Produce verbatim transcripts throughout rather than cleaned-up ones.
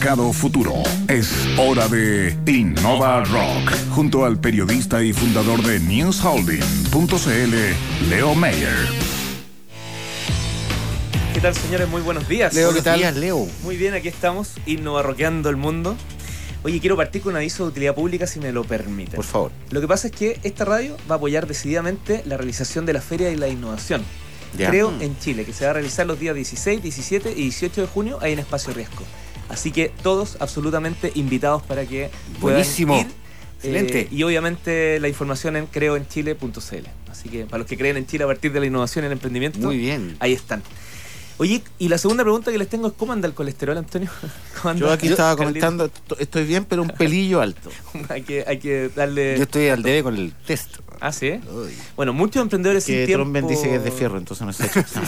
mercado futuro. Es hora de Innova Rock, junto al periodista y fundador de news holding punto c l, Leo Meyer. ¿Qué tal, señores? Muy buenos días. Leo, ¿qué buenos tal? días, Leo. Muy bien, aquí estamos, Innova Rockeando el mundo. Oye, quiero partir con un aviso de utilidad pública, si me lo permiten. Por favor. Lo que pasa es que esta radio va a apoyar decididamente la realización de la Feria de la Innovación. Ya. Creo Mm. en Chile, que se va a realizar los días dieciséis, diecisiete y dieciocho de junio ahí en Espacio Riesgo. Así que todos absolutamente invitados para que puedan Buenísimo. ir. Excelente. Eh, y obviamente la información en creo en chile punto c l. Así que para los que creen en Chile a partir de la innovación y el emprendimiento, Muy bien. ahí están. Oye, y la segunda pregunta que les tengo es: ¿cómo anda el colesterol, Antonio? ¿Cómo anda? Yo aquí estaba Carlito? comentando, t- estoy bien, pero un pelillo alto. hay, que, hay que darle. Yo estoy al debe con el test. Ah, sí. Uy. Bueno, muchos emprendedores sin Que tiempo. Trump dice que es de fierro, entonces no sé.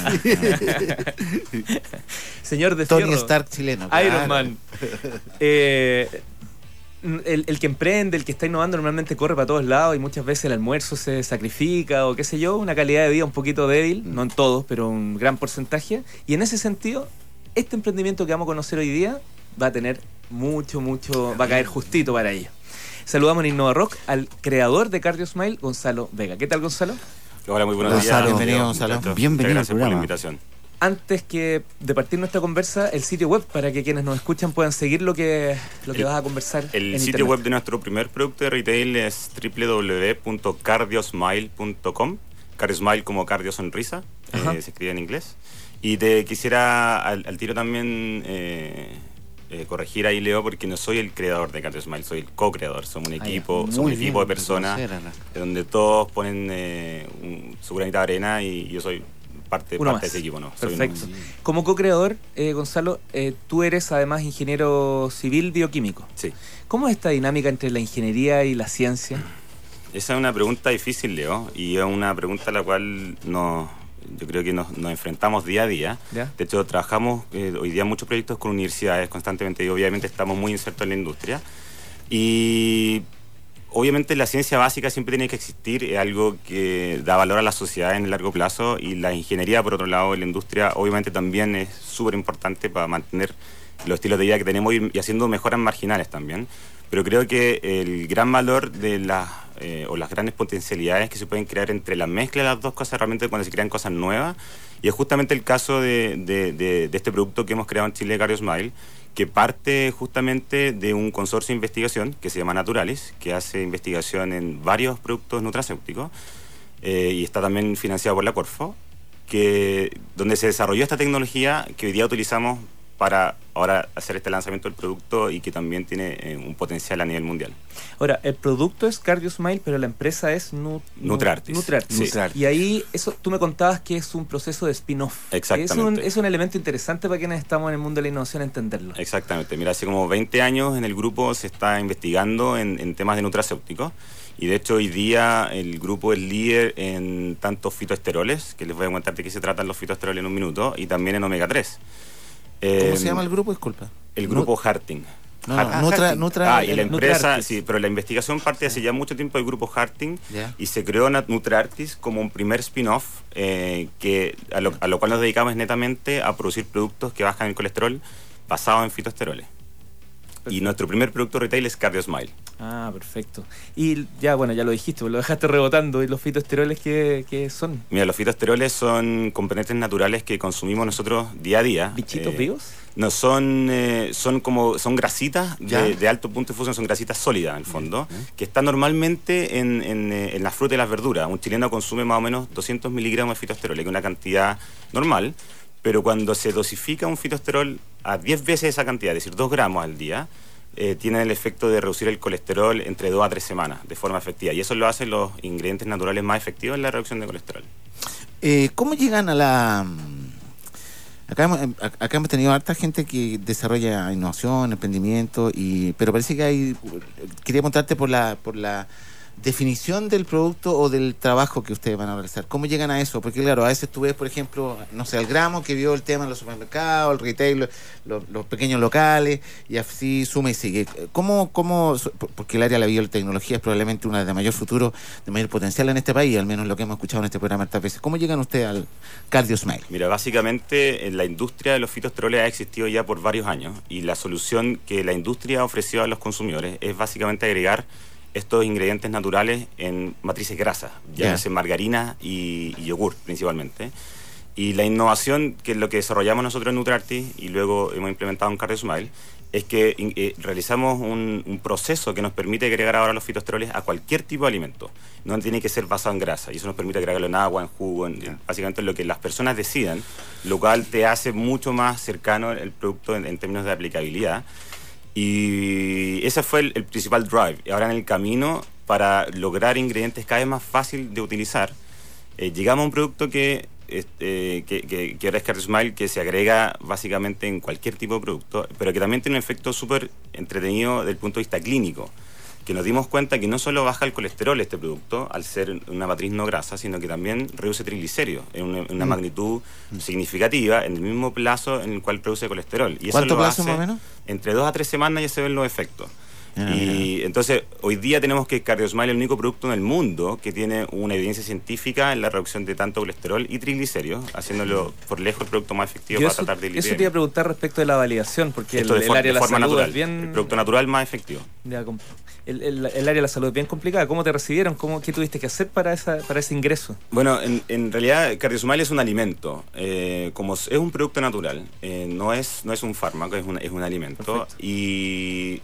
Señor de Tony fierro. Stark chileno. Iron claro. Man. Eh, el, el que emprende, el que está innovando, normalmente corre para todos lados y muchas veces el almuerzo se sacrifica o qué sé yo, una calidad de vida un poquito débil, no en todos, pero un gran porcentaje. Y en ese sentido, este emprendimiento que vamos a conocer hoy día va a tener mucho, mucho, va a caer justito para ello. Saludamos en Innova Rock al creador de Cardio Smile, Gonzalo Vega. ¿Qué tal, Gonzalo? Hola, muy buenos Gonzalo, días. bienvenido, Gonzalo. Muchachos. Bienvenido Muchas al gracias por la programa. invitación. Antes que de partir nuestra conversa, el sitio web para que quienes nos escuchan puedan seguir lo que, lo que El- vas a conversar. El en sitio internet. web de nuestro primer producto de retail es doble u doble u doble u punto cardiosmile punto com. Cardiosmile como cardio sonrisa, Ajá. eh, se escribe en inglés. Y te quisiera al, al tiro también eh, eh, corregir ahí, Leo, porque no soy el creador de Cardiosmile, soy el co-creador. Somos un Ah, ya. equipo, Muy somos un bien, equipo de personas conocérala. donde todos ponen eh, un- su granita de arena y yo soy parte, Uno parte de más. ese equipo, ¿no? Soy Perfecto. uno. Como co-creador, eh, Gonzalo, eh, tú eres además ingeniero civil bioquímico. Sí. ¿Cómo es esta dinámica entre la ingeniería y la ciencia? Esa es una pregunta difícil, Leo, y es una pregunta a la cual nos, yo creo que nos, nos enfrentamos día a día. ¿Ya? De hecho, trabajamos eh, hoy día muchos proyectos con universidades constantemente y obviamente estamos muy insertos en la industria. Y obviamente la ciencia básica siempre tiene que existir, es algo que da valor a la sociedad en el largo plazo, y la ingeniería, por otro lado, en la industria, obviamente también es súper importante para mantener los estilos de vida que tenemos y, y haciendo mejoras marginales también. Pero creo que el gran valor de las eh, o las grandes potencialidades que se pueden crear entre la mezcla de las dos cosas realmente cuando se crean cosas nuevas, y es justamente el caso de, de, de, de este producto que hemos creado en Chile, CardioSmile, que parte justamente de un consorcio de investigación que se llama Naturalis, que hace investigación en varios productos nutracéuticos eh, y está también financiado por la Corfo, que, donde se desarrolló esta tecnología que hoy día utilizamos para ahora hacer este lanzamiento del producto y que también tiene eh, un potencial a nivel mundial. Ahora, el producto es CardioSmile, pero la empresa es Nu- Nu- Nutrartis. Nutrartis. Sí. Nutrartis. Y ahí, eso tú me contabas que es un proceso de spin-off. Exactamente. Es un, es un elemento interesante para quienes estamos en el mundo de la innovación entenderlo. Exactamente. Mira, hace como veinte años en el grupo se está investigando en, en temas de nutracéuticos, y de hecho hoy día el grupo es líder en tantos fitoesteroles, que les voy a contar de qué se tratan los fitoesteroles en un minuto, y también en omega tres. ¿Cómo Eh, se llama el grupo? Disculpa. El grupo Harting. No, Hart- no, Nutra, Harting. Nutra, Ah, y la el- empresa, Nutrartis. sí, pero la investigación parte hace ya mucho tiempo del grupo Harting, Ya. y se creó Nat- Nutrartis como un primer spin-off eh, que a lo, a lo cual nos dedicamos netamente a producir productos que bajan el colesterol basados en fitoesteroles. Y nuestro primer producto retail es CardioSmile. Ah, perfecto. Y ya, bueno, ya lo dijiste, lo dejaste rebotando. ¿Y los fitoesteroles qué, qué son? Mira, los fitoesteroles son componentes naturales que consumimos nosotros día a día. ¿Bichitos Eh, vivos? No, son, eh, son como son grasitas ¿Ya? de, de alto punto de fusión, son grasitas sólidas en el fondo, que están normalmente en, en, eh, en las frutas y las verduras. Un chileno consume más o menos doscientos miligramos de fitoesterol, que es una cantidad normal, pero cuando se dosifica un fitoesterol a diez veces esa cantidad, es decir, dos gramos al día, eh, tiene el efecto de reducir el colesterol entre dos a tres semanas de forma efectiva. Y eso lo hacen los ingredientes naturales más efectivos en la reducción de colesterol. Eh, ¿Cómo llegan a la...? Acá hemos, acá hemos tenido harta gente que desarrolla innovación, emprendimiento, y pero parece que hay... Quería preguntarte por la por la definición del producto o del trabajo que ustedes van a realizar. ¿Cómo llegan a eso? Porque claro, a veces tú ves, por ejemplo, no sé, al gramo que vio el tema en los supermercados, el retail, los, los pequeños locales, y así suma y sigue. ¿Cómo, cómo, porque el área de la biotecnología es probablemente una de mayor futuro, de mayor potencial en este país, al menos lo que hemos escuchado en este programa tantas veces. ¿Cómo llegan ustedes al CardioSmile? Mira, básicamente en la industria de los fitoesteroles ha existido ya por varios años, y la solución que la industria ofreció a los consumidores es básicamente agregar estos ingredientes naturales en matrices grasas, llámese yeah. margarina y, y yogur principalmente. Y la innovación, que es lo que desarrollamos nosotros en NutriArtis y luego hemos implementado en CardioSmile, es que eh, realizamos un, un proceso que nos permite agregar ahora los fitoesteroles a cualquier tipo de alimento. No tiene que ser basado en grasa, y eso nos permite agregarlo en agua, en jugo, en, yeah. básicamente lo que las personas decidan, lo cual te hace mucho más cercano el producto en, en términos de aplicabilidad. Y ese fue el, el principal drive. Y ahora en el camino, para lograr ingredientes cada vez más fácil de utilizar, eh, llegamos a un producto que, este, que, que, que ahora es CardioSmile, que se agrega básicamente en cualquier tipo de producto, pero que también tiene un efecto súper entretenido desde el punto de vista clínico, que nos dimos cuenta que no solo baja el colesterol este producto al ser una matriz no grasa, sino que también reduce triglicéridos en una, en una mm. magnitud mm. significativa en el mismo plazo en el cual produce colesterol. Y eso ¿Cuánto lo plazo hace más o menos? Entre dos a tres semanas ya se ven los efectos. Ah, y yeah. entonces hoy día tenemos que CardioSmile es el único producto en el mundo que tiene una evidencia científica en la reducción de tanto colesterol y triglicéridos, haciéndolo por lejos el producto más efectivo Yo para eso, tratar de Eso te iba a preguntar respecto de la validación, porque el, de el for, área de, de la forma salud natural, es bien... el producto natural más efectivo. Ya, el, el, el área de la salud es bien complicada. ¿Cómo te recibieron? ¿Cómo, ¿Qué tuviste que hacer para, esa, para ese ingreso? Bueno, en, en realidad CardioSmile es un alimento. Eh, como es un producto natural, eh, no, es, no es un fármaco, es un, es un alimento. Perfecto. Y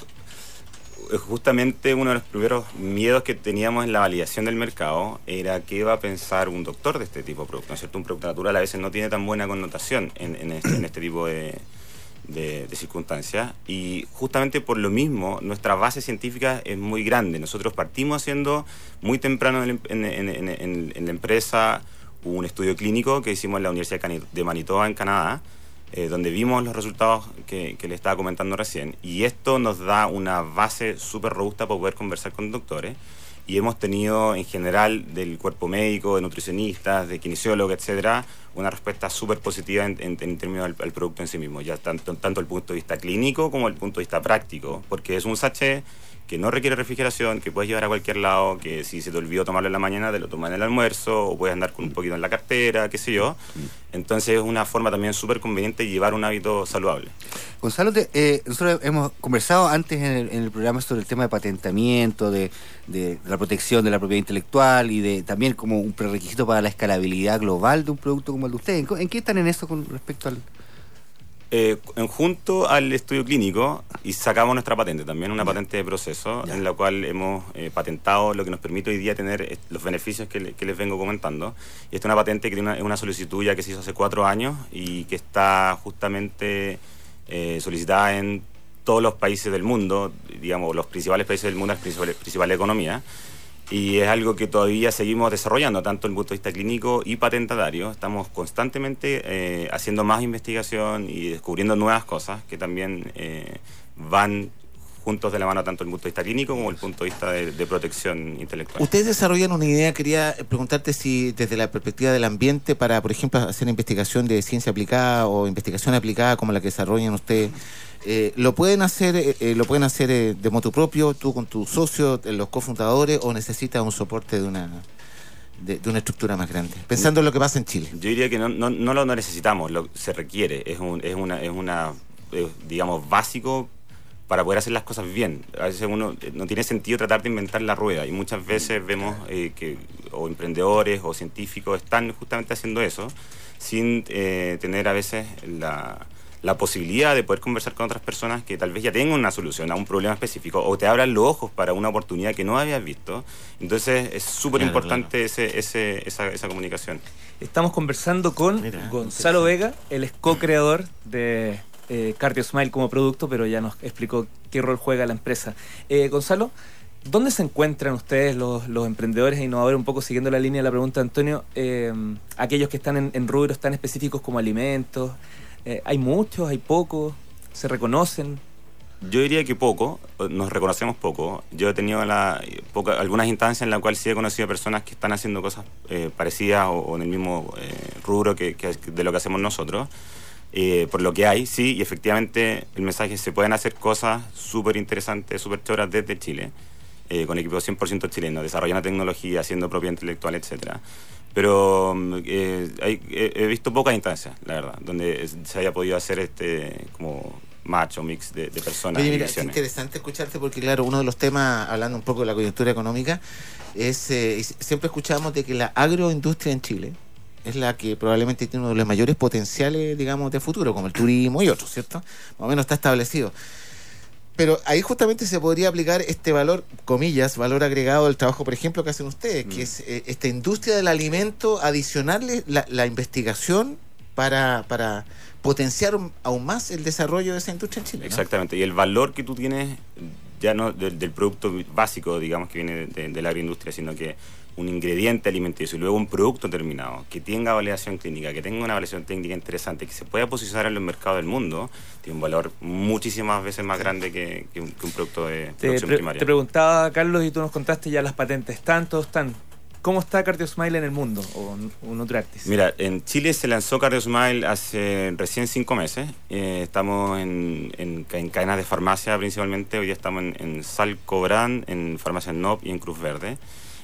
justamente uno de los primeros miedos que teníamos en la validación del mercado era qué iba a pensar un doctor de este tipo de producto, ¿no es cierto? Un producto natural a veces no tiene tan buena connotación en, en, este, en este tipo de, de, de circunstancias, y justamente por lo mismo nuestra base científica es muy grande. Nosotros partimos haciendo muy temprano en, en, en, en, en, en la empresa un estudio clínico que hicimos en la Universidad de Manitoba en Canadá, Eh, donde vimos los resultados que, que le estaba comentando recién, y esto nos da una base súper robusta para poder conversar con doctores, y hemos tenido en general del cuerpo médico, de nutricionistas, de kinesiólogos, etcétera, una respuesta súper positiva en, en, en términos del, del producto en sí mismo, ya tanto, tanto el punto de vista clínico como el punto de vista práctico, porque es un sachet que no requiere refrigeración, que puedes llevar a cualquier lado, que si se te olvidó tomarlo en la mañana, te lo tomas en el almuerzo, o puedes andar con un poquito en la cartera, qué sé yo. Entonces es una forma también súper conveniente de llevar un hábito saludable. Gonzalo, te, eh, nosotros hemos conversado antes en el, en el programa sobre el tema de patentamiento, de, de, de la protección de la propiedad intelectual, y de también como un prerequisito para la escalabilidad global de un producto como el de ustedes. ¿En, en qué están en eso con respecto al...? Eh, en junto al estudio clínico, y sacamos nuestra patente también, una patente de proceso, ya. En la cual hemos eh, patentado lo que nos permite hoy día tener eh, los beneficios que, le, que les vengo comentando. Y esta es una patente que tiene una, es una solicitud ya que se hizo hace cuatro años y que está justamente eh, solicitada en todos los países del mundo, digamos, los principales países del mundo, las principales, principales economías. Y es algo que todavía seguimos desarrollando, tanto desde el punto de vista clínico y patentatario. Estamos constantemente eh, haciendo más investigación y descubriendo nuevas cosas que también eh, van juntos de la mano, tanto desde el punto de vista clínico como desde el punto de vista de, de protección intelectual. Ustedes desarrollan una idea, quería preguntarte si desde la perspectiva del ambiente, para, por ejemplo, hacer investigación de ciencia aplicada o investigación aplicada como la que desarrollan ustedes, Eh, ¿lo pueden hacer eh, lo pueden hacer eh, de motu propio, tú con tus socios, eh, los cofundadores, o necesitas un soporte de una de, de una estructura más grande? Pensando en lo que pasa en Chile. Yo diría que no, no, no lo necesitamos, lo se requiere, es un, es una, es una es, digamos, básico para poder hacer las cosas bien. A veces uno no tiene sentido tratar de inventar la rueda, y muchas veces vemos eh, que o emprendedores o científicos están justamente haciendo eso sin eh, tener a veces la la posibilidad de poder conversar con otras personas que tal vez ya tengan una solución a un problema específico, o te abran los ojos para una oportunidad que no habías visto. Entonces es súper claro, importante claro. Ese, ese, esa, esa comunicación. Estamos conversando con Mira, Gonzalo Vega, él es co-creador de eh, CardioSmile como producto, pero ya nos explicó qué rol juega la empresa. Eh, Gonzalo, ¿dónde se encuentran ustedes los, los emprendedores e innovadores, un poco siguiendo la línea de la pregunta de Antonio, eh, aquellos que están en, en rubros tan específicos como alimentos? Eh, ¿Hay muchos? ¿Hay pocos? ¿Se reconocen? Yo diría que poco, nos reconocemos poco. Yo he tenido la, poca, algunas instancias en las cuales sí he conocido personas que están haciendo cosas eh, parecidas o, o en el mismo eh, rubro que, que de lo que hacemos nosotros. Eh, por lo que hay, sí, y efectivamente el mensaje es se pueden hacer cosas súper interesantes, súper choras desde Chile, eh, con equipos cien por ciento chilenos, desarrollando tecnología, haciendo propiedad intelectual, etcétera. Pero eh, hay, he, he visto pocas instancias, la verdad, donde se haya podido hacer este como match o mix de, de personas. Oye, mira, es interesante escucharte porque, claro, uno de los temas, hablando un poco de la coyuntura económica, es eh, siempre escuchamos de que la agroindustria en Chile es la que probablemente tiene uno de los mayores potenciales, digamos, de futuro, como el turismo y otros, ¿cierto? Más o menos está establecido. Pero ahí justamente se podría aplicar este valor, comillas, valor agregado del trabajo, por ejemplo, que hacen ustedes, mm. que es eh, esta industria del alimento, adicionarle la, la investigación para, para potenciar aún más el desarrollo de esa industria en Chile, ¿no? Exactamente, y el valor que tú tienes, ya no del, del producto básico, digamos, que viene de, de la agroindustria, sino que un ingrediente alimenticio y luego un producto terminado que tenga validación clínica, que tenga una validación técnica interesante, que se pueda posicionar en los mercados del mundo, tiene un valor muchísimas veces más grande que, que, un, que un producto de te producción pre primaria. Te preguntaba, Carlos, y tú nos contaste ya las patentes, ¿están? ¿Todos están? ¿Cómo está CardioSmile en el mundo o Nutriartis? Mira, en Chile se lanzó CardioSmile hace recién cinco meses. Eh, estamos en, en, en cadenas de farmacia principalmente. Hoy día estamos en, en Salcobrand, en Farmacia N O P y en Cruz Verde.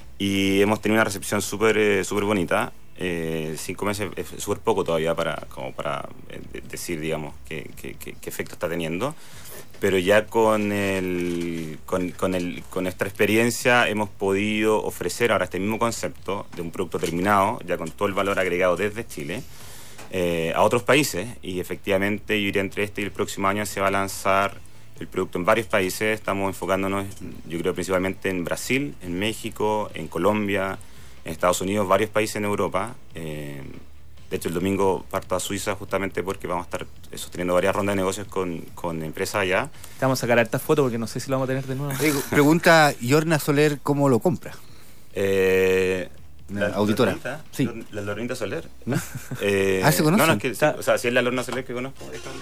Y hemos tenido una recepción súper eh, súper bonita. Eh, cinco meses es súper poco todavía para, como para eh, decir, digamos, qué, qué, qué, qué efecto está teniendo. Pero ya con, el, con, con, el, con nuestra experiencia hemos podido ofrecer ahora este mismo concepto de un producto terminado, ya con todo el valor agregado desde Chile, eh, a otros países. Y efectivamente, yo diría entre este y el próximo año se va a lanzar el producto en varios países. Estamos enfocándonos, yo creo, principalmente en Brasil, en México, en Colombia, en Estados Unidos, varios países en Europa. Eh, de hecho, el domingo parto a Suiza justamente porque vamos a estar sosteniendo varias rondas de negocios con, con empresas allá. Te vamos a sacar estas fotos porque no sé si lo vamos a tener de nuevo. Pregunta Yorna Soler, ¿cómo lo compra? Eh... La, la auditora. Lornita, sí. La Lornita Soler. ¿No? Eh, ah, ¿se conoce? No, no, es que, sí, o sea, si es la Lorna Soler que conozco.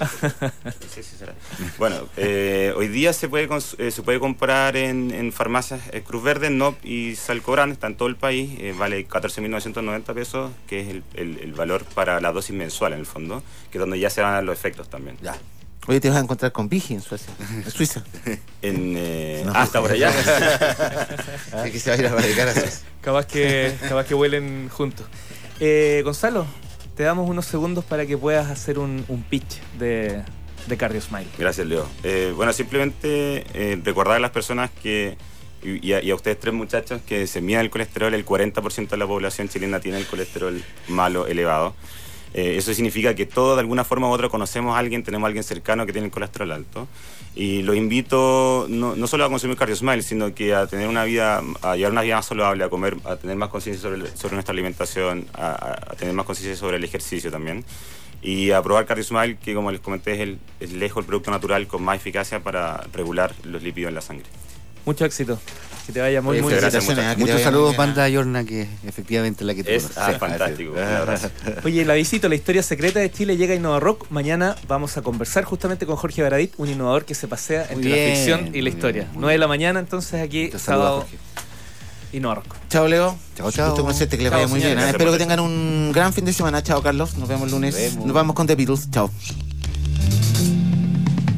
Sí, sí, será. Bueno, eh, hoy día se puede eh, se puede comprar en, en farmacias eh, Cruz Verde, N O P y Salcobrand, está en todo el país, eh, vale catorce mil novecientos noventa pesos, que es el, el, el valor para la dosis mensual en el fondo, que es donde ya se van a dar los efectos también. Ya. Oye, te vas a encontrar con Vigi en Suecia, en Suiza. En, eh, no, ah, está por allá. Así que se va a ir a radicar a Suiza. Capaz que, capaz que vuelen juntos. Eh, Gonzalo, te damos unos segundos para que puedas hacer un, un pitch de, de CardioSmile. Gracias, Leo. Eh, bueno, simplemente eh, recordar a las personas que, y a, y a ustedes tres muchachos, que se mida el colesterol, el cuarenta por ciento de la población chilena tiene el colesterol malo elevado. Eh, eso significa que todos, de alguna forma u otra, conocemos a alguien, tenemos a alguien cercano que tiene el colesterol alto. Y los invito no, no solo a consumir CardioSmile, sino que a tener una vida, a llevar una vida más saludable, a comer, a tener más conciencia sobre, sobre nuestra alimentación, a, a tener más conciencia sobre el ejercicio también. Y a probar CardioSmile, que como les comenté es, el, es lejos el producto natural con más eficacia para regular los lípidos en la sangre. Mucho éxito. Que te vaya muy, Oye, muy muchas bien. gracias. Muchos, muchos saludos, banda Yorna, que efectivamente es la que te Es conoce. ah, Sí. fantástico. Un abrazo. Oye, la visita, la historia secreta de Chile llega a Innova Rock. Mañana vamos a conversar justamente con Jorge Baradit, un innovador que se pasea Muy entre bien, la ficción y muy la historia. bien, muy nueve de la mañana, entonces aquí, Te saluda, sábado, Jorge. Innova Rock. Chao, Leo. Chao, chao. Gusto conocerte, que les Chao, vaya muy bien. señores. ¿eh? Espero que tengan un gran fin de semana. Chao, Carlos. Nos vemos el lunes. Nos vemos. Nos vamos con The Beatles. Chao.